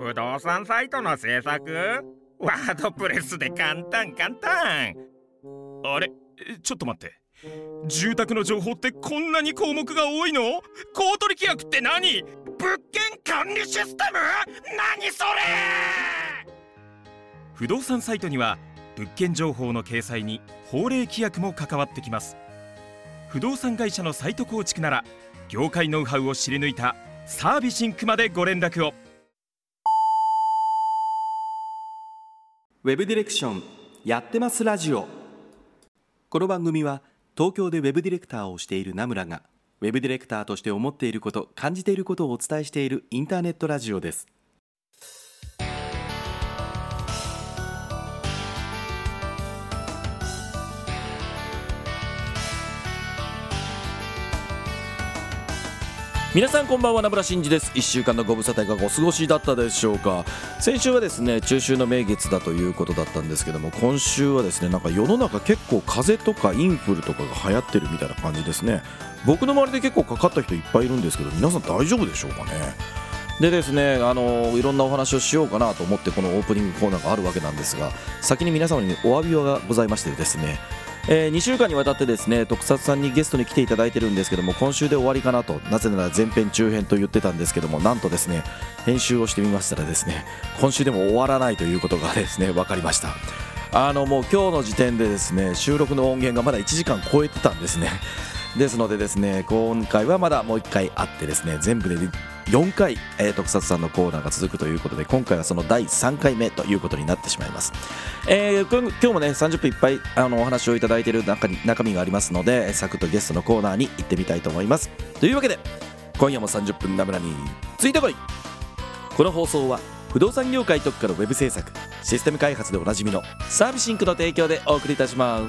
不動産サイトの制作？ワードプレスで簡単。 あれ、ちょっと待って。住宅の情報ってこんなに項目が多いの？公取規約って何？ 物件管理システム？何それ！ 不動産サイトには物件情報の掲載に法令規約も関わってきます。不動産会社のサイト構築なら業界ノウハウを知り抜いたサービシンクまでご連絡を。 ウェブディレクションやってますラジオ。この番組は東京でウェブディレクターをしている名村がウェブディレクターとして思っていること、感じていることをお伝えしているインターネットラジオです。皆さんこんばんは、名村真司です。1週間のご無沙汰いかがお過ごしだったでしょうか。先週はですね、中秋の名月だということだったんですけども、今週はですね、なんか世の中結構風邪とかインフルとかが流行ってるみたいな感じですね。僕の周りで結構かかった人いっぱいいるんですけど、皆さん大丈夫でしょうかね。でですね、いろんなお話をしようかなと思ってこのオープニングコーナーがあるわけなんですが、先に皆様にお詫びがございましてですね、2週間にわたってですね、特撮さんにゲストに来ていただいてるんですけども、今週で終わりかなと、なぜなら前編中編と言ってたんですけども、なんとですね、編集をしてみましたらですね、今週でも終わらないということがですね、分かりました。もう今日の時点でですね、収録の音源がまだ1時間超えてたんですね。ですのでですね、今回はまだもう1回あってですね、全部で4回、特撮さんのコーナーが続くということで、今回はその第3回目ということになってしまいます。今日もね30分いっぱいお話をいただいている中身がありますので、サクッとゲストのコーナーに行ってみたいと思います。というわけで今夜も30分名村についてこい。この放送は不動産業界特化のウェブ制作、システム開発でおなじみのサービシンクの提供でお送りいたします。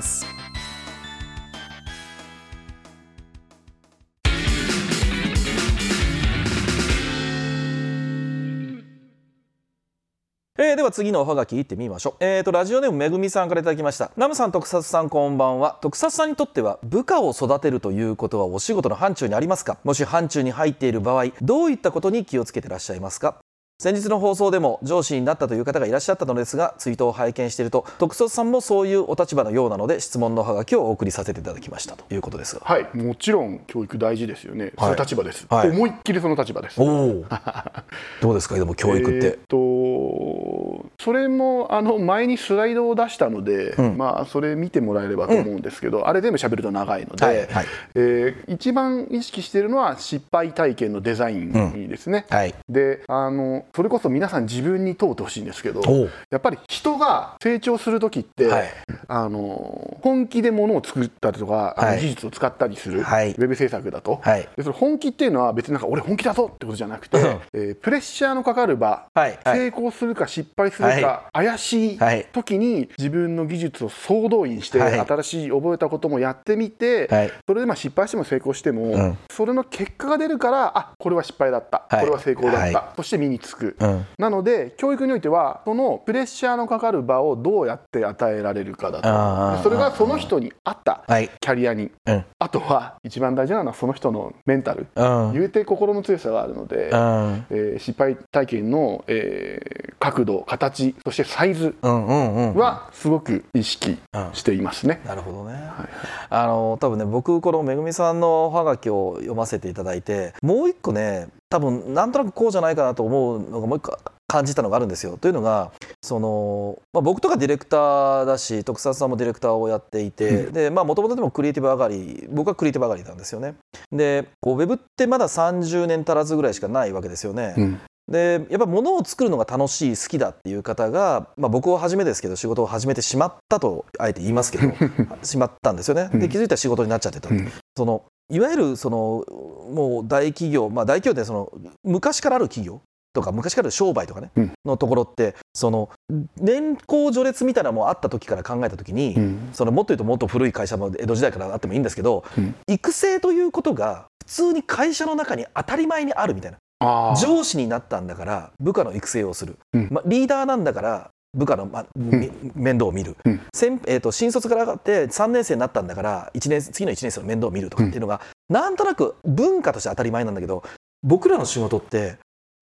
では次のおはがきいってみましょう。ラジオネームめぐみさんからいただきました。ナムさん、特撮さん、こんばんは。特撮さんにとっては部下を育てるということはお仕事の範疇にありますか？もし範疇に入っている場合、どういったことに気をつけてらっしゃいますか？先日の放送でも上司になったという方がいらっしゃったのですが、ツイートを拝見していると特撮さんもそういうお立場のようなので、質問のおはがきをお送りさせていただきましたということですが。 はい、もちろん教育大事ですよね。 はい、 そういう立場です、 はい、 思いっきりその立場です。 どうですか？でも教育ってそれも前にスライドを出したので、まあそれ見てもらえればと思うんですけど、あれ全部喋ると長いので、一番意識しているのは失敗体験のデザインですね。でそれこそ皆さん自分に問うてほしいんですけど、やっぱり人が成長する時って、本気で物を作ったりとか技術を使ったりする、ウェブ制作だと、でそれ本気っていうのは別になんか俺本気だぞってことじゃなくて、プレッシャーのかかる場、成功するか失敗するか怪しい時に自分の技術を総動員して、新しい覚えたこともやってみて、それで失敗しても成功しても、それの結果が出るから、これは失敗だった、これは成功だった、そして身につく、なので教育においてはそのプレッシャーのかかる場をどうやって与えられるかだと。それがその人に合ったキャリアに、あとは一番大事なのはその人のメンタル、言うて心の強さがあるので、失敗体験の、角度、形、そしてサイズはすごく意識していますね。 なるほどね。多分ね、僕このめぐみさんのおはがきを読ませていただいて、もう一個ね、多分なんとなくこうじゃないかなと思うのがもう一個感じたのがあるんですよ。というのが僕とかディレクターだし、特撮さんもディレクターをやっていて、でもともとでもクリエイティブ上がり、僕はクリエイティブ上がりなんですよね。でウェブってまだ30年足らずぐらいしかないわけですよね。でやっぱ物を作るのが楽しい、好きだっていう方が、僕をはじめですけど仕事を始めてしまったとあえて言いますけどしまったんですよね。で気づいたら仕事になっちゃってた、いわゆるもう大企業、大企業って昔からある企業とか昔からある商売とかね、のところって年功序列みたいなのもあった時から考えた時に、もっと言うともっと古い会社も江戸時代からあってもいいんですけど、育成ということが普通に会社の中に当たり前にあるみたいな。上司になったんだから部下の育成をする、リーダーなんだから部下の、面倒を見る、新卒から上がって3年生になったんだから次の1年生の面倒を見るとかっていうのが、なんとなく文化として当たり前なんだけど、僕らの仕事って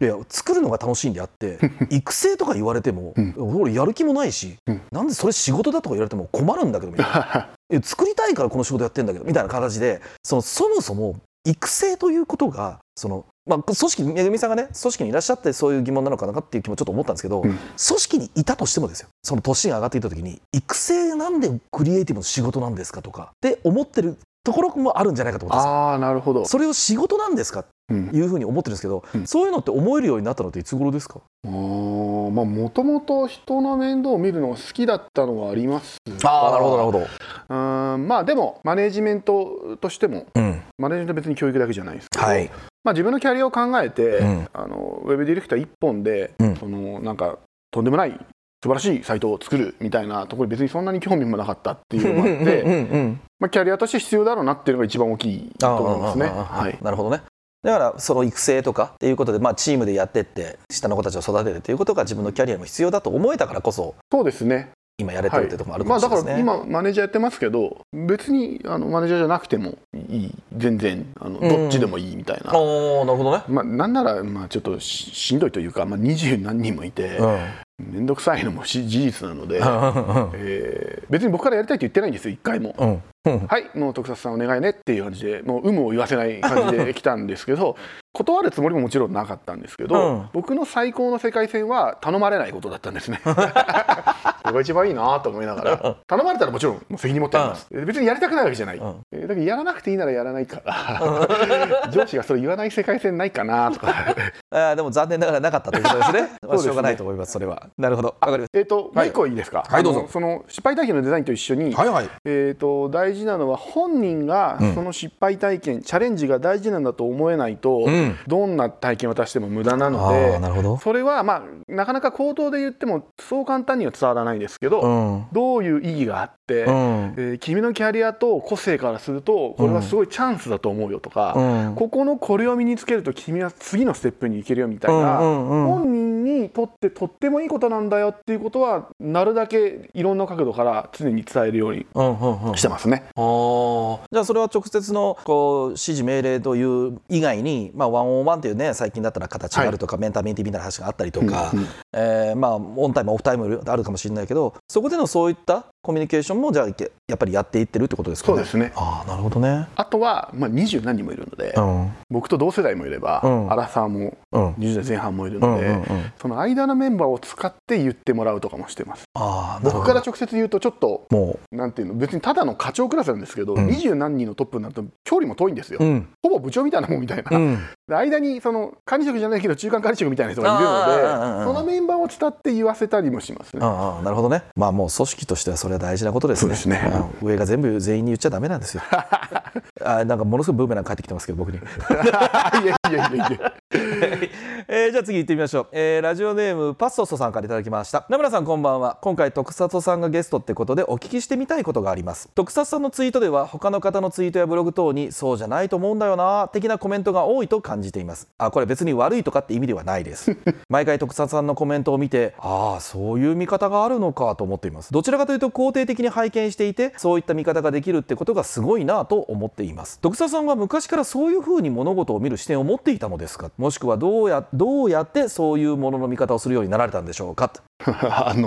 いや作るのが楽しいんであって育成とか言われても、俺やる気もないし、なんでそれ仕事だとか言われても困るんだけどみたいな作りたいからこの仕事やってんだけどみたいな形で、そもそも育成ということが組織めぐみさんがね組織にいらっしゃってそういう疑問なのかなっていう気もちょっと思ったんですけど、組織にいたとしてもですよ、その年が上がっていた時に育成なんでクリエイティブの仕事なんですかとかって思ってるところもあるんじゃないかと思ってます。 なるほど。 それを仕事なんですかっていうふうに思ってるんですけど、そういうのって思えるようになったのっていつ頃ですか？ もともと人の面倒を見るのが好きだったのはありますが、なるほどなるほど。 でもマネジメントとしても、マネジメントは別に教育だけじゃないですけど、自分のキャリアを考えて、ウェブディレクター一本で、なんかとんでもない素晴らしいサイトを作るみたいなところに別にそんなに興味もなかったっていうのもあってキャリアとして必要だろうなっていうのが一番大きいと思いますね。 なるほどね。だからその育成とかっていうことで、チームでやってって下の子たちを育てるということが自分のキャリアにも必要だと思えたからこそ、 そうですね、 今やれてるってところもあるかもしれないですね。 だから今マネージャーやってますけど、別にマネージャーじゃなくてもいい、全然どっちでもいいみたいな。 なるほどね。 なんならちょっとしんどいというか、20何人もいて、めんどくさいのも事実なので、別に僕からやりたいって言ってないんですよ、一回も。はい、もう徳里さんお願いねっていう感じで、もう有無を言わせない感じで来たんですけど断るつもりももちろんなかったんですけど、僕の最高の世界線は頼まれないことだったんですね。これが一番いいなと思いながら、頼まれたらもちろん責任持ってやります。別にやりたくないわけじゃない。だけどやらなくていいならやらないから上司がそれ言わない世界線ないかなとかでも残念ながらなかったということですね。しょうがないと思います。それはなるほど、わかります。 もう一個いいですか？ はい、どうぞ。 その失敗体験のデザインと一緒に、大事なのは本人がその失敗体験、チャレンジが大事なんだと思えないと、どんな体験を渡しても無駄なので、それはなかなか口頭で言ってもそう簡単には伝わらないですけど、どういう意義があって、君のキャリアと個性からするとこれはすごいチャンスだと思うよとか、ここのこれを身につけると君は次のステップに行けるよみたいな、本人にとってとってもいいことなんだよっていうことはなるだけいろんな角度から常に伝えるようにしてますね。 じゃあそれは直接の指示命令という以外に、ワンオンワンというね、最近だったら形があるとか、メンターメンティーみたいな話があったりとか、オンタイムオフタイムあるかもしれないけど、そこでのそういったコミュニケーションもじゃあやっぱりやっていってるってことですかね。 そうですね。 なるほどね。 あとは20何人もいるので、僕と同世代もいれば、アラサーも20代前半もいるので、その間のメンバーを使って言ってもらうとかもしてます。僕から直接言うとちょっとなんていうの、別にただの課長クラスなんですけど、20何人のトップになると距離も遠いんですよ。ほぼ部長みたいなもんみたいな、間にその管理職じゃないけど中間管理職みたいな人がいるので、そのメンバーを伝って言わせたりもしますね。 なるほどね。もう組織としてはそれは大事なことですね。上が全部員に言っちゃダメなんですよ。なんかものすごいブーメラン返ってきてますけど僕に。いやじゃあ次行ってみましょう。ラジオネームパッソソさんからいただきました。名村さんこんばんは。今回徳里さんがゲストってことでお聞きしてみたいことがあります。徳里さんのツイートでは他の方のツイートやブログ等にそうじゃないと思うんだよな的なコメントが多いと感じています。これ別に悪いとかって意味ではないです。毎回徳里さんのコメントを見てそういう見方があるのかと思っています。どちらかというと肯定的に拝見していて、そういった見方ができるってことがすごいなと思っています。徳里さんは昔からそういう風に物事を見る視点を持っていたのですか？もしくはどうやってそういうものの見方をするようになられたんでしょうか？ ちょ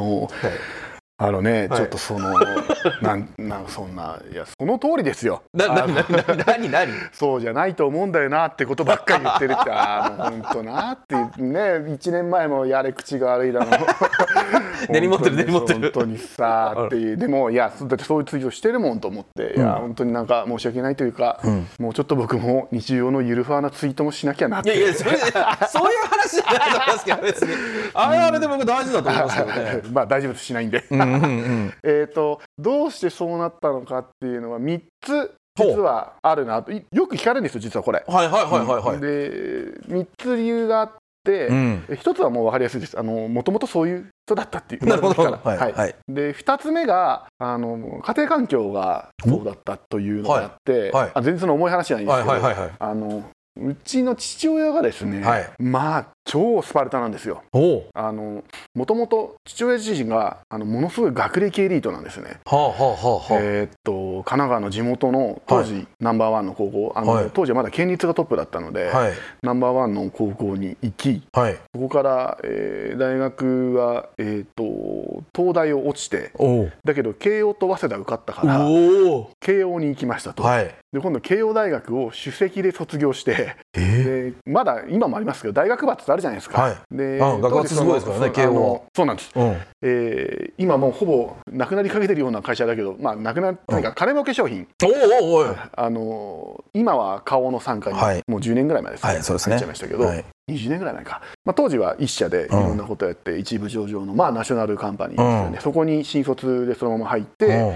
っとそんないやその通りですよ。 何そうじゃないと思うんだよなってことばっかり言ってるってもう本当なっていうね。1年前もやれ口が悪いだろ根に持ってる本当にさっていう。でもだってそういうツイートしてるもんと思って、本当になんか申し訳ないというか、もうちょっと僕も日常のゆるふわなツイートもしなきゃなって。 そういう話じゃないと思いますけど、別にあれで僕大事だと思いますけどね。 大丈夫です、しないんで。どうしてそうなったのかっていうのは3つ実はあるなとよく聞かれるんですよ、実はこれ。で3つ理由があって、1つはもう分かりやすいです。もともとそういう人だったっていう。で2つ目が家庭環境がそうだったというのがあって、全然その重い話じゃないんですけど、うちの父親がですね、 超スパルタなんですよ。 おう。 もともと父親自身がものすごい学歴エリートなんですよね。 はあはあはあは神奈川の地元の当時ナンバーワンの高校、当時はまだ県立がトップだったので、ナンバーワンの高校に行き、そこから、大学は、東大を落ちて、だけど慶応と早稲田受かったから慶応に行きましたと。で今度慶応大学を首席で卒業して、でまだ今もありますけど大学閥ってあるじゃないですか。で学閥すごいですからね、慶応。 そうなんです。今もうほぼなくなりかけてるような会社だけど、なくなってないか金儲け商品、今は花王の傘下にもう10年ぐらい前ですね、入っちゃいましたけど、20年ぐらい前か、当時は一社でいろんなことやって一部上場のナショナルカンパニーですよね。そこに新卒でそのまま入って、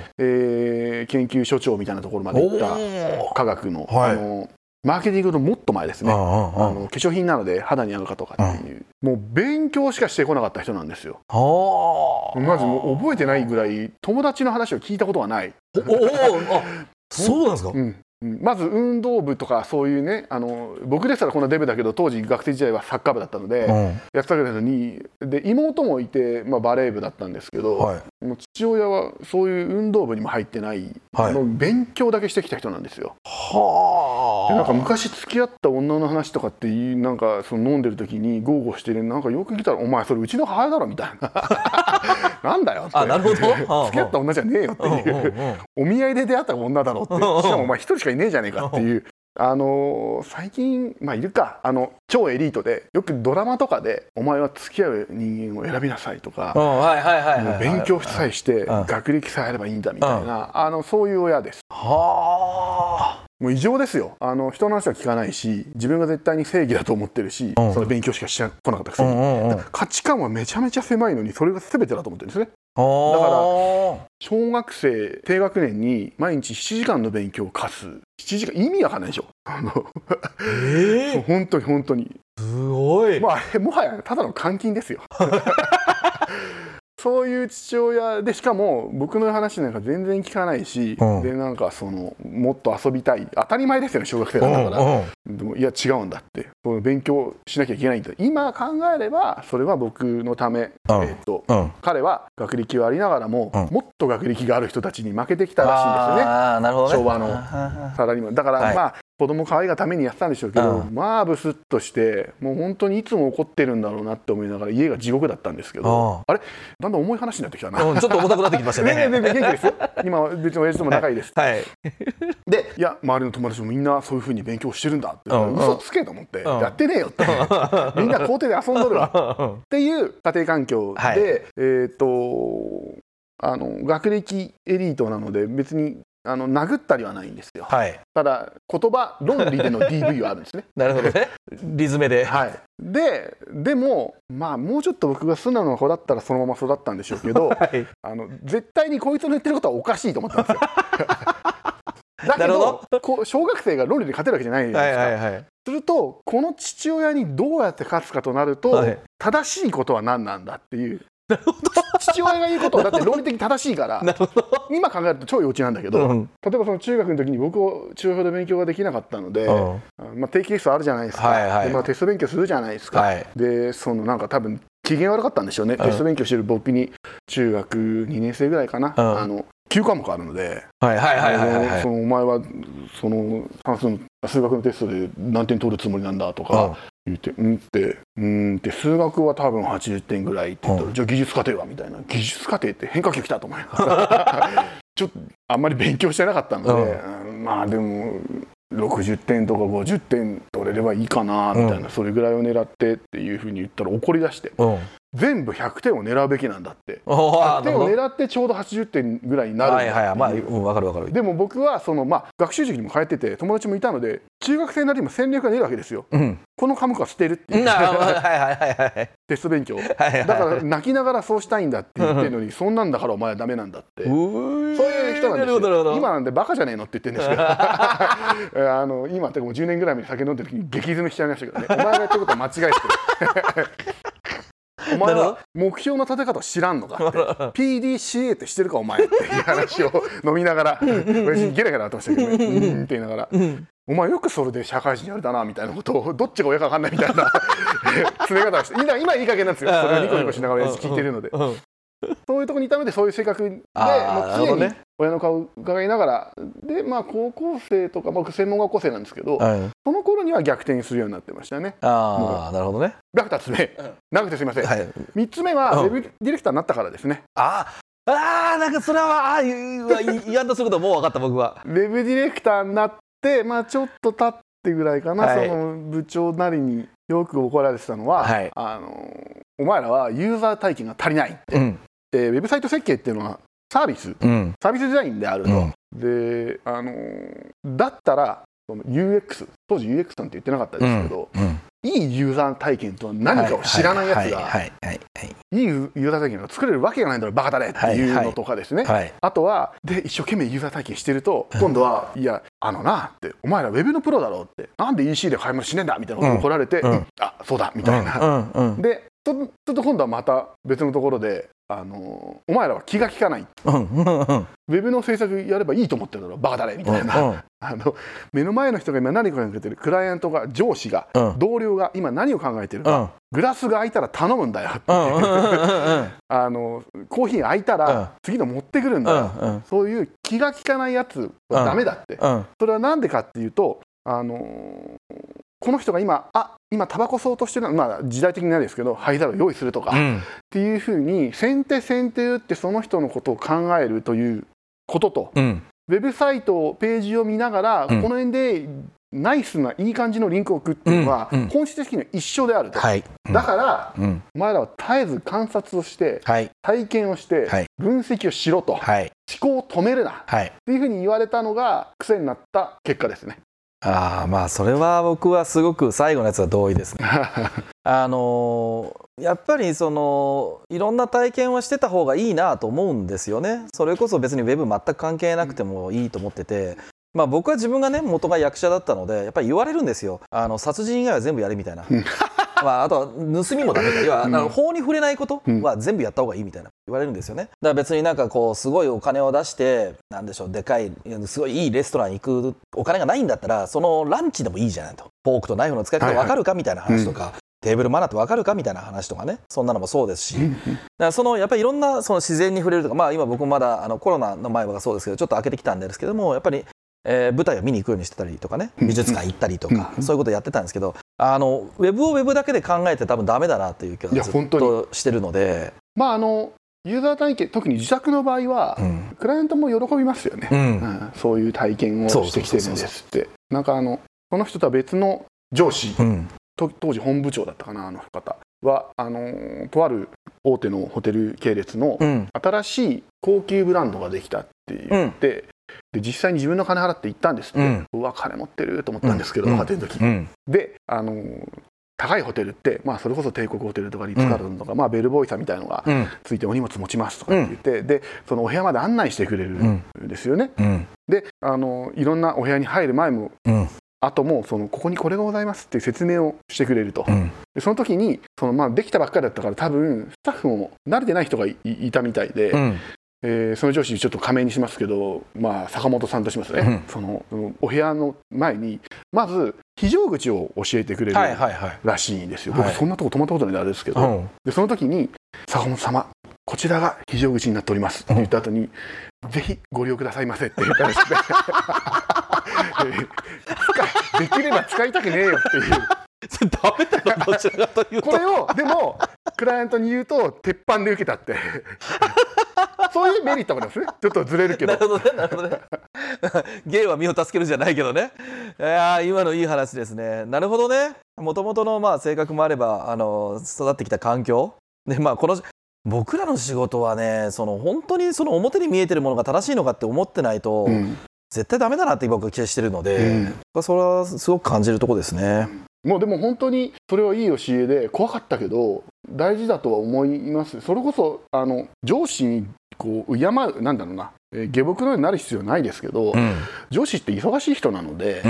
研究所長みたいなところまで行った科学の、マーケティングのもっと前ですね。化粧品なので肌に合うかとかっていう、もう勉強しかしてこなかった人なんですよ。まずもう覚えてないぐらい友達の話を聞いたことがない。 そうなんですか。 まず運動部とかそういうね、僕でしたらこんなデブだけど当時学生時代はサッカー部だったので、やってたけどにで妹もいて、バレー部だったんですけど、もう父親はそういう運動部にも入ってない、勉強だけしてきた人なんですよ。でなんか昔付き合った女の話とかってなんかその飲んでる時に豪語してる、なんかよく聞いたら「お前それうちの母親だろ」みたいななんだよって、 なるほど、 付き合った女じゃねえよっていうお見合いで出会った女だろうって、しかもお前一人しかいねえじゃねえかっていう。最近いるか、超エリートでよくドラマとかでお前は付き合う人間を選びなさいとか、勉強さえして学歴さえあればいいんだみたいな、そういう親です。もう異常ですよ。人の話は聞かないし、自分が絶対に正義だと思ってるし、その勉強しかしてこなかったくせに、価値観はめちゃめちゃ狭いのにそれが全てだと思ってるんですね。だから小学生低学年に毎日7時間の勉強を課す、7時間意味わかんないでしょ。本当に本当にすごい。 もはやただの監禁ですよ。そういう父親で、しかも僕の話なんか全然聞かないし、でなんかもっと遊びたい、当たり前ですよね、小学生だったから。でもいや違うんだって、勉強しなきゃいけないんだ、今考えればそれは僕のため、彼は学歴はありながらも、もっと学歴がある人たちに負けてきたらしいんですよね、昭和のサラリーマンだから。子供可愛いがためにやってたんでしょうけど、ブスッとしてもう本当にいつも怒ってるんだろうなって思いながら家が地獄だったんですけど、あれだんだん重い話になってきたな。 ちょっと重たくなってきましたね。 元気ですよ。今は別に親父とも仲いいです。で、いや周りの友達もみんなそういう風に勉強してるんだって、嘘つけと思って、やってねえよって、みんな校庭で遊んどるわっていう家庭環境で、学歴エリートなので別に殴ったりはないんですよ。ただ言葉論理での DV はあるんですね。 なるほどね。リズムで。 でももうちょっと僕が素直な子だったらそのまま育ったんでしょうけど、絶対にこいつの言ってることはおかしいと思ったんですよ。だけど小学生が論理で勝てるわけじゃないじゃないですか。するとこの父親にどうやって勝つかとなると、正しいことは何なんだっていう。父親が言うことはだって論理的に正しいから今考えると超幼稚なんだけど、例えばその中学の時に僕を中学で勉強ができなかったので、定期テストあるじゃないですか。でテスト勉強するじゃないですか。でなんか多分機嫌悪かったんでしょうね。テスト勉強してる僕に中学2年生ぐらいかな、9科目あるので、お前は算数の数学のテストで何点取るつもりなんだとか言って数学は多分80点ぐらいって言ったら、じゃあ技術課程はみたいな、技術課程って変化球来たと思いながらちょっとあんまり勉強してなかったので、でも60点とか50点取れればいいかなみたいな、それぐらいを狙ってっていうふうに言ったら怒り出して、全部100点を狙うべきなんだって、100点を狙ってちょうど80点ぐらいになるんだっていう。 わかるわかる。 でも僕は学習塾にも通ってて友達もいたので、中学生なりにも戦略が出るわけですよ。この科目は捨てるっていうテスト勉強だから泣きながらそうしたいんだって言ってるのに、そんなんだからお前はダメなんだって、そういう人なんですよ。今なんでバカじゃねえのって言ってるんですけど今ってもう10年ぐらい前に酒飲んでる時に激詰めしちゃいましたけどね。お前が言ってることは間違えてる。 お前は目標の立て方知らんのかってPDCA ってしてるかお前っていう話を飲みながら私ゲラゲラやってましたけどねって言いながらお前よくそれで社会人やれたなみたいなことをどっちが親か分かんないみたいな詰め方をして今いい加減なんですよ。それをニコニコしながら聞いてるのでそういうところにいたのでそういう性格でもう常に親の顔を伺いながらで高校生とか僕専門学校生なんですけど、その頃には逆転するようになってましたね。 なるほどね。 2つ目長くてすいません、3つ目はウェブディレクターになったからですね。 なんかそれは言わんとすることもう分かった僕は。 ウェブディレクターになってちょっと経ってぐらいかな、その部長なりによく怒られてたのは、お前らはユーザー体験が足りないって、ウェブサイト設計っていうのはサービスデザインであると、でだったらその UX 当時 UX なんて言ってなかったですけど、いいユーザー体験とは何かを知らないやつがいいユーザー体験が作れるわけがないんだろバカだねっていうのとかですね、あとはで一生懸命ユーザー体験してると今度はいやなってお前らウェブのプロだろってなんで EC で買い物しねえんだみたいなことを怒られて、そうだみたいな、でちょっと今度はまた別のところでお前らは気が利かない、ウェブの制作やればいいと思ってるだろバカだねみたいな、目の前の人が今何考えてるクライアントが上司が、同僚が今何を考えてるか、グラスが空いたら頼むんだよって、コーヒー空いたら次の持ってくるんだよ、そういう気が利かないやつはダメだって、それはなんでかっていうとこの人が今タバコ吸おうとしてるのは、時代的にないですけど灰皿を用意するとか、っていうふうに先手打ってその人のことを考えるということと、ウェブサイトページを見ながら、この辺でナイスないい感じのリンクを置くっていうのは、本質的には一緒であると、だから、お前らは絶えず観察をして、体験をして、分析をしろと、思考を止めるな、っていうふうに言われたのが癖になった結果ですね。 それは僕はすごく最後のやつは同意ですね。やっぱりいろんな体験はしてた方がいいなと思うんですよね。それこそ別にウェブ全く関係なくてもいいと思ってて、僕は自分がね元が役者だったのでやっぱり言われるんですよ。殺人以外は全部やれみたいな。あとは盗みもダメだ。要は法に触れないことは全部やった方がいいみたいな言われるんですよね。だから別にすごいお金を出してでかいすごいいいレストラン行くお金がないんだったらそのランチでもいいじゃないと。フォークとナイフの使い方分かるかみたいな話とか、テーブルマナーって分かるかみたいな話とかね、そんなのもそうですし、だからやっぱりいろんな自然に触れるとか、今僕もまだコロナの前はそうですけどちょっと開けてきたんですけども、やっぱり舞台を見に行くようにしてたりとかね、美術館行ったりとか、そういうことやってたんですけど、ウェブをウェブだけで考えて多分ダメだなっていう気がずっとしてるので、 ユーザー体験特に自宅の場合は、クライアントも喜びますよね、そういう体験をしてきてるんですって。なんかこの人とは別の上司、当時本部長だったかなあの方はとある大手のホテル系列の新しい高級ブランドができたって言って、で実際に自分の金払って行ったんですって、うわ金持ってると思ったんですけど、若手の時、で高いホテルって、それこそ帝国ホテルとかリッツ・カールトンとか、ベルボーイさんみたいのがついてお荷物持ちますとかって言って、でそのお部屋まで案内してくれるんですよね、でいろんなお部屋に入る前も、後もここにこれがございますっていう説明をしてくれると、でその時にできたばっかりだったから多分スタッフも慣れてない人が いたみたいで、その上司ちょっと仮名にしますけど、坂本さんとしますね、そのお部屋の前にまず非常口を教えてくれるらしいんですよ。僕そんなとこ泊まったことないんであれですけど、でその時に坂本様こちらが非常口になっておりますって言った後に、ぜひご利用くださいませって言ったらしくてできれば使いたくねえよっていうダメだろどちらかというとこれをでもクライアントに言うと鉄板で受けたってそういうメリットもあるんですね。ちょっとずれるけど。 なるほどね芸は身を助けるじゃないけどね。今のいい話ですね。なるほどね。もともとの性格もあれば育ってきた環境で、僕らの仕事はね、本当に表に見えてるものが正しいのかって思ってないと、絶対ダメだなって僕は気がしてるので、それはすごく感じるところですね。 もうでも本当にそれはいい教えで怖かったけど大事だとは思います。それこそ上司に敬う下僕のようになる必要ないですけど、上司って忙しい人なので、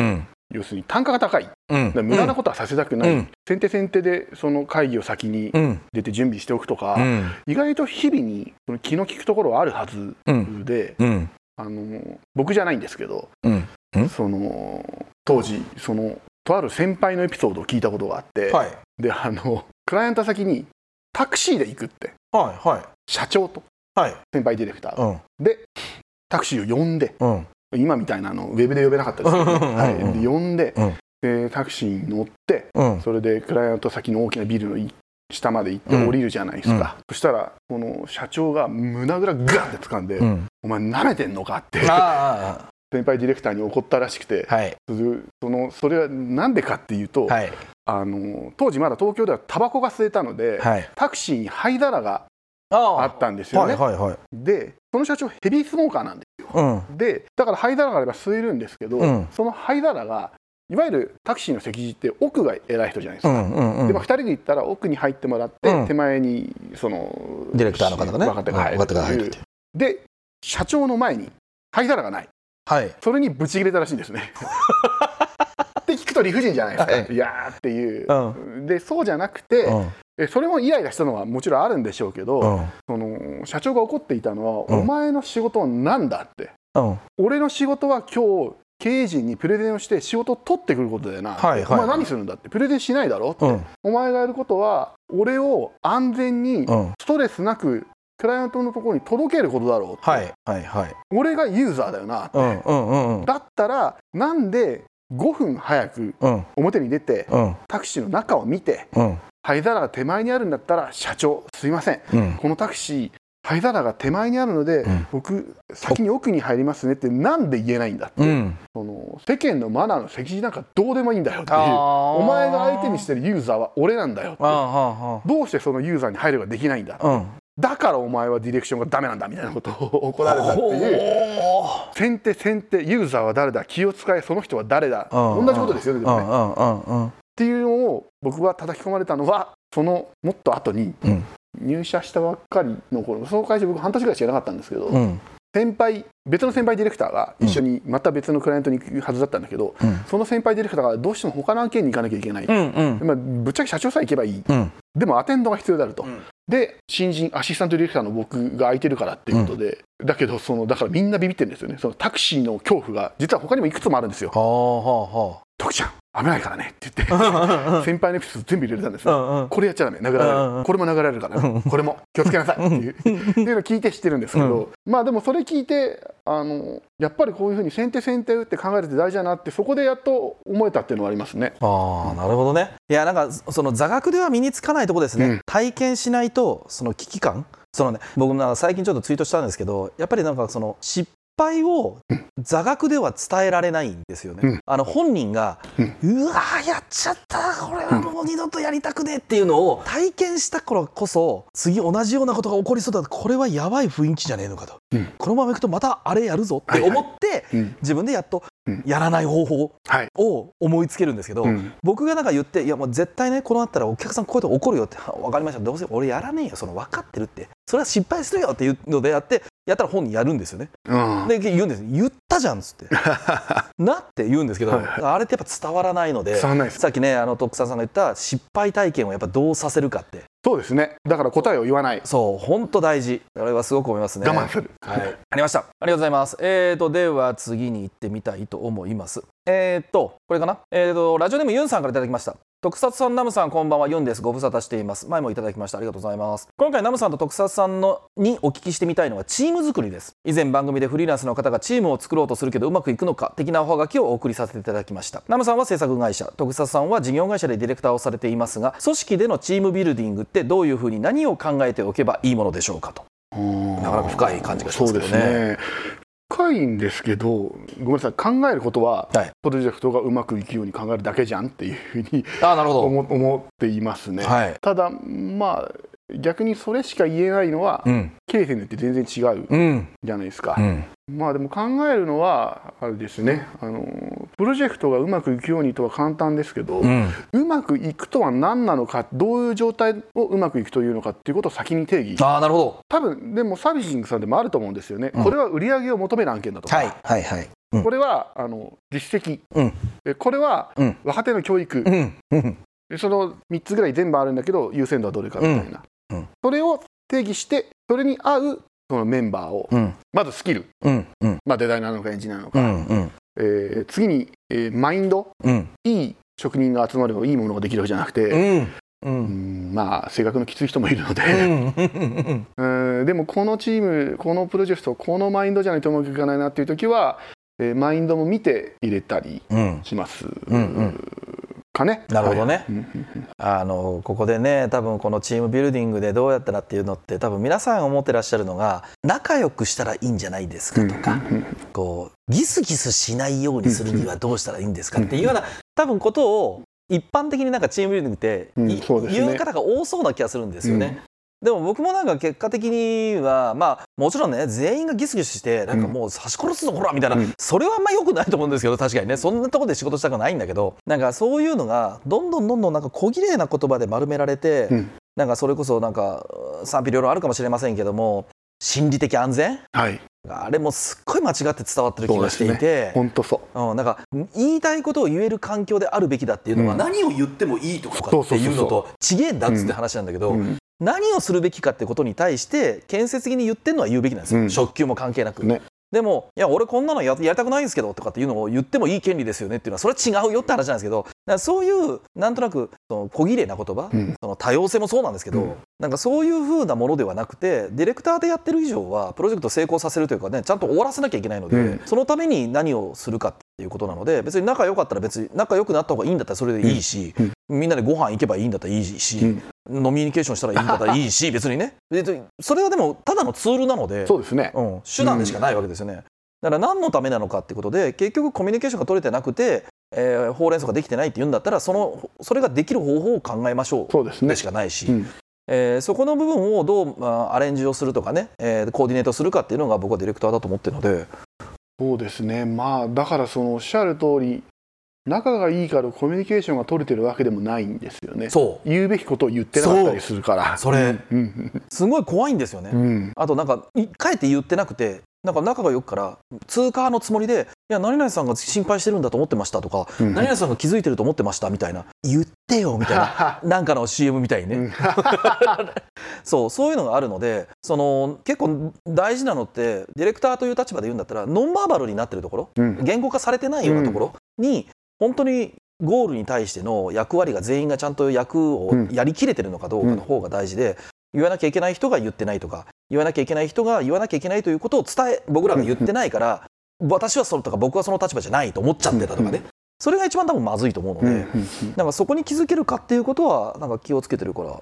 要するに単価が高い、だから無駄なことはさせたくない、先手でその会議を先に出て準備しておくとか、意外と日々にその気の利くところはあるはずで、僕じゃないんですけど、その当時そのとある先輩のエピソードを聞いたことがあって、でクライアント先にタクシーで行くって、社長と先輩ディレクターでタクシーを呼んで、今みたいなウェブで呼べなかったですけど、で呼んで、タクシーに乗って、それでクライアント先の大きなビルの下まで行って降りるじゃないですか、そしたらこの社長が胸ぐらガンって掴んで、お前舐めてんのかって先輩ディレクターに怒ったらしくて、それはなんでかっていうと、当時まだ東京ではタバコが吸えたので、タクシーに灰皿があったんですよね。でその社長ヘビースモーカーなんですよ、でだから灰皿があれば吸えるんですけど、その灰皿がいわゆるタクシーの席次って奥が偉い人じゃないですか、で2人で行ったら奥に入ってもらって、手前にそのディレクターの方がね若手が入るっていう、で社長の前に灰皿がない、それにブチ切れたらしいんですねって聞くと理不尽じゃないですか、いやーっていう、でそうじゃなくて、それもイライラしたのはもちろんあるんでしょうけど、その社長が怒っていたのは、お前の仕事は何だって、俺の仕事は今日経営陣にプレゼンをして仕事を取ってくることだよな、お前何するんだって、プレゼンしないだろって、お前がやることは俺を安全にストレスなくクライアントのところに届けることだろうって、俺がユーザーだよなって、だったらなんで5分早く表に出て、タクシーの中を見て、灰皿が手前にあるんだったら、社長すいません、このタクシー灰皿が手前にあるので、僕先に奥に入りますねってなんで言えないんだって、その世間のマナーの席次なんかどうでもいいんだよっていう、お前が相手にしてるユーザーは俺なんだよって、どうしてそのユーザーに配慮ができないんだって、だからお前はディレクションがダメなんだみたいなことを怒られたっていう、先手ユーザーは誰だ、気を使えその人は誰だ、同じことですよね、でもねっていうのを僕は叩き込まれたのは、そのもっと後に、入社したばっかりの頃、その会社僕半年ぐらいしかいなかったんですけど、別の先輩ディレクターが一緒にまた別のクライアントに行くはずだったんだけど、その先輩ディレクターがどうしても他の案件に行かなきゃいけない、ぶっちゃけ社長さえ行けばいい、でもアテンドが必要であると、で新人アシスタントディレクターの僕が空いてるからっていうことで、だけどだからみんなビビってるんですよね。そのタクシーの恐怖が実は他にもいくつもあるんですよ。徳ちゃん危ないからねって言って先輩のエピソード全部入れたんですよ。これやっちゃダメ、殴られる、これも殴られるから、これも気をつけなさいっていうっていうのを聞いて知ってるんですけど、まあでもそれ聞いてやっぱりこういうふうに先手打って考えるって大事だなって、そこでやっと思えたっていうのはありますね。 なるほどね。いやなんかその座学では身につかないとこですね、体験しないとその危機感、僕も最近ちょっとツイートしたんですけど、やっぱりなんかその失敗を座学では伝えられないんですよね、本人が、うわーやっちゃった、これはもう二度とやりたくねっていうのを体験した頃こそ、次同じようなことが起こりそうだ、これはやばい雰囲気じゃねえのかと、このままいくとまたあれやるぞって思って、自分でやっとやらない方法を思いつけるんですけど、僕がなんか言って、いやもう絶対ね、このあったらお客さんこういうと怒るよって、分かりました、どうせ俺やらねえよ、その分かってるって、それは失敗するよっていうのでやったら本人やるんですよね、で言うんです、言ったじゃんっつってなって言うんですけど、あれってやっぱ伝わらないので、さっきね徳さんが言った失敗体験をやっぱどうさせるかって、 そうですね、だから答えを言わない、 そう本当大事、これはすごく思いますね。 我慢する、 ありました、ありがとうございます。では次に行ってみたいと思います。これかな、ラジオネームユンさんからいただきました。特撮さん、ナムさんこんばんは、ユンです。ご無沙汰しています。前もいただきました。ありがとうございます。今回ナムさんと特撮さんにお聞きしてみたいのはチーム作りです。以前番組でフリーランスの方がチームを作ろうとするけどうまくいくのか的なおはがきをお送りさせていただきました。ナムさんは制作会社、特撮さんは事業会社でディレクターをされていますが、組織でのチームビルディングってどういうふうに何を考えておけばいいものでしょうかと。なかなか深い感じがしますけどね。 そうですね、深いんですけど、ごめんなさい、考えることは、プロジェクトがうまくいくように考えるだけじゃんっていうふうに思っていますね、ただまあ逆にそれしか言えないのは、経営によって全然違うじゃないですか、まあでも考えるのはあれですね、プロジェクトがうまくいくようにとは簡単ですけど、うまくいくとは何なのか、どういう状態をうまくいくというのかっていうことを先に定義、 なるほど、 多分でもサービシングさんでもあると思うんですよね、これは売り上げを求める案件だとか、 これは実績、これは若手の教育、その3つぐらい全部あるんだけど優先度はどれかみたいな、それを定義してそれに合うそのメンバーを、まずスキル、デザイナーなのかエンジニアなのか、次に、マインド、いい職人が集まればいいものができるわけじゃなくて、性格のきつい人もいるのででもこのチームこのプロジェクトこのマインドじゃないとうまくいかないなっていう時は、マインドも見て入れたりします、かね。 なるほどね、ここでね多分このチームビルディングでどうやったらっていうのって多分皆さん思ってらっしゃるのが仲良くしたらいいんじゃないですかとか、こうギスギスしないようにするにはどうしたらいいんですかっていうような多分ことを一般的になんかチームビルディングって言う方が多そうな気がするんですよね。でも僕もなんか結果的にはもちろんね全員がギスギスしてなんかもう刺し殺すぞほらみたいな、それはあんま良くないと思うんですけど確かにねそんなところで仕事したくないんだけどなんかそういうのがどんどんなんか小綺麗な言葉で丸められて、なんかそれこそなんか賛否両論あるかもしれませんけども心理的安全、あれもすっごい間違って伝わってる気がしていて、 本当そう、 なんか言いたいことを言える環境であるべきだっていうのは、何を言ってもいいとかっていうのとちげえんだっつって話なんだけど、何をするべきかってことに対して建設的に言ってるのは言うべきなんですよ、職級も関係なく、でもいや俺こんなの やりたくないんですけどとかっていうのを言ってもいい権利ですよねっていうのはそれは違うよって話なんですけど、だからそういうなんとなくその小綺麗な言葉、その多様性もそうなんですけど、なんかそういう風なものではなくてディレクターでやってる以上はプロジェクトを成功させるというかねちゃんと終わらせなきゃいけないので、そのために何をするかっていうことなので別に仲良かったら別に仲良くなった方がいいんだったらそれでいいし、みんなでご飯行けばいいんだったらいいし、飲みニケーションしたらいいんだったらいいし別にねそれはでもただのツールなので、 そうですね、 手段でしかないわけですよね。だから何のためなのかってことで結局コミュニケーションが取れてなくて、ほうれん草ができてないって言うんだったらそれができる方法を考えましょうでしかないし、そこの部分をどう、アレンジをするとかね、コーディネートするかっていうのが僕はディレクターだと思ってるので。 そうですね、だからそのおっしゃる通り仲がいいからコミュニケーションが取れてるわけでもないんですよね。言うべきことを言ってなかったりするからそれ、すごい怖いんですよね、あとなんかかえって言ってなくてなんか仲が良くから通過のつもりでいや何々さんが心配してるんだと思ってましたとか、何々さんが気づいてると思ってましたみたいな言ってよみたいななんかの CM みたいにねそういうのがあるので結構大事なのってディレクターという立場で言うんだったらノンバーバルになってるところ、言語化されてないようなところに本当にゴールに対しての役割が全員がちゃんと役をやりきれてるのかどうかの方が大事で、言わなきゃいけない人が言ってないとか言わなきゃいけない人が言わなきゃいけないということを僕らが言ってないから私はとか僕はその立場じゃないと思っちゃってたとかね、それが一番多分まずいと思うので、なんかそこに気づけるかっていうことはなんか気をつけてるから、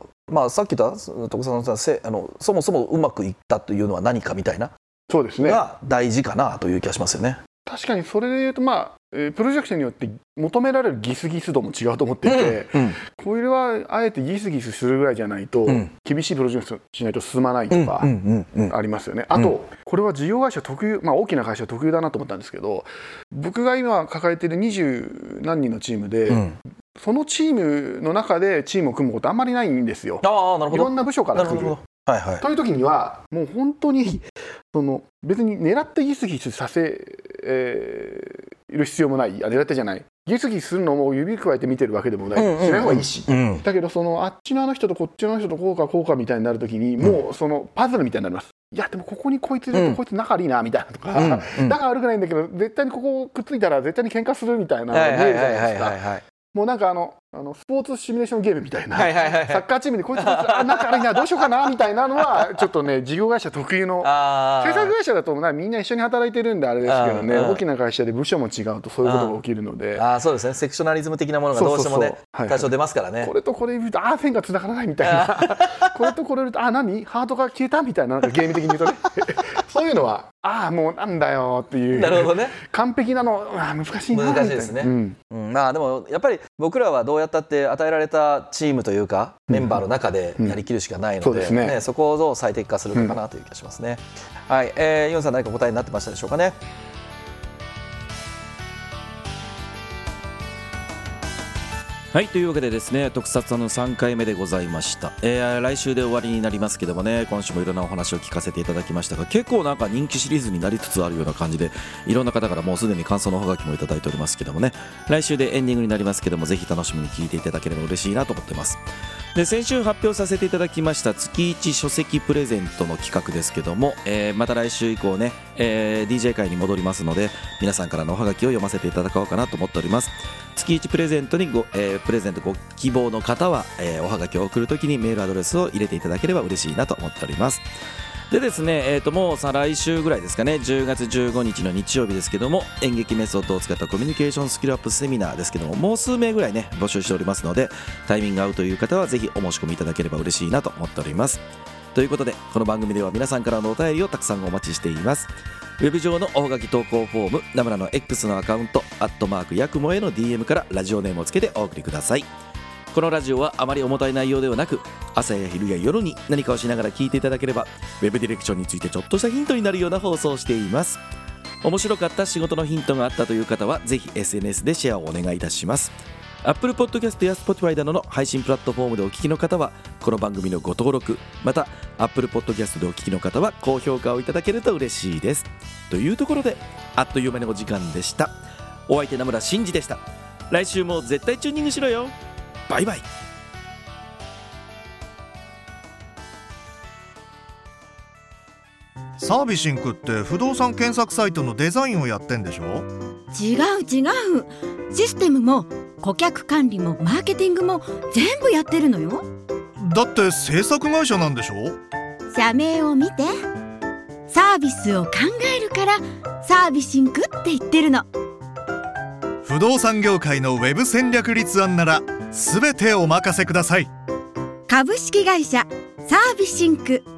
さっき言った徳さんのそもそもうまくいったというのは何かみたいなが大事かなという気がしますよね。 確かにそれで言うとプロジェクトによって求められるギスギス度も違うと思っていて、これはあえてギスギスするぐらいじゃないと、厳しいプロジェクトしないと進まないとかありますよね。あとこれは事業会社特有、大きな会社特有だなと思ったんですけど、僕が今抱えている20何人のチームで、そのチームの中でチームを組むことあんまりないんですよ。いろんな部署から来る。という時にはもう本当に別に狙ってギスギスさせる必要もない、狙ってじゃない、ギスギスするのも指くわえて見てるわけでもない、しない方がいいし、だけどあっちのあの人とこっちの人とこうかみたいになる時にもうパズルみたいになります。いやでもここにこいついるとこいつ仲悪いなみたいなとか、仲悪くないんだけど絶対にここくっついたら絶対に喧嘩するみたいなのが見えるじゃないですか。もうなんかスポーツシミュレーションゲームみたいな、サッカーチームでこいつ仲悪いなどうしようかなみたいなのはちょっとね事業会社特有の、制作会社だとみんな一緒に働いてるんであれですけどね、大きな会社で部署も違うとそういうことが起きるので、 そうですね、セクショナリズム的なものがどうしてもね多少出ますからね。 これとこれ見ると線がつながらないみたいなこれとこれ見ると何ハートが消えたみたいな、なんかゲーム的に言うとねそういうのはもうなんだよっていう、 なるほどね、 完璧なの難しいなみたいな。 難しいですね、でもやっぱり僕らはどうやったって与えられたチームというかメンバーの中でやりきるしかないので、そこをどう最適化するのかなという気がしますね。はい、ユンさん何か答えになってましたでしょうかね。 ははい、というわけでですね、特撮の3回目でございました。来週で終わりになりますけどもね、今週もいろんなお話を聞かせていただきましたが、結構なんか人気シリーズになりつつあるような感じで、いろんな方からもうすでに感想のおはがきもいただいておりますけどもね、来週でエンディングになりますけども、ぜひ楽しみに聞いていただければ嬉しいなと思ってます。で、先週発表させていただきました月1書籍プレゼントの企画ですけども、また来週以降ね、DJ 会に戻りますので、皆さんからのおはがきを読ませていただこうかなと思っております。月1プレゼントにプレゼントご希望の方は、おはがきを送るときにメールアドレスを入れていただければ嬉しいなと思っております。でですね、もう再来週ぐらいですかね、10月15日の日曜日ですけども、演劇メソッドを使ったコミュニケーションスキルアップセミナーですけども、もう数名ぐらいね募集しておりますので、タイミング合うという方はぜひお申し込みいただければ嬉しいなと思っております。ということで、この番組では皆さんからのお便りをたくさんお待ちしています。ウェブ上のおはがき投稿フォーム、ナムラの X のアカウント@やくもへの DM からラジオネームをつけてお送りください。このラジオはあまり重たい内容ではなく、朝や昼や夜に何かをしながら聞いていただければ、ウェブディレクションについてちょっとしたヒントになるような放送をしています。面白かった仕事のヒントがあったという方は、ぜひ SNS でシェアをお願いいたします。Apple Podcast や Spotify などの配信プラットフォームでお聞きの方は、この番組のご登録、また Apple Podcast でお聞きの方は高評価をいただけると嬉しいです。というところで、あっという間にお時間でした。お相手名村真司でした。来週も絶対チューニングしろよ。バイバイ。 サービシンクって不動産検索サイトのデザインをやってんでしょ？ 違う。システムも顧客管理もマーケティングも全部やってるのよ。 だって制作会社なんでしょ？ 社名を見て、サービスを考えるからサービシンクって言ってるの。 不動産業界のウェブ戦略立案なら全てお任せください。 株式会社サービシンク。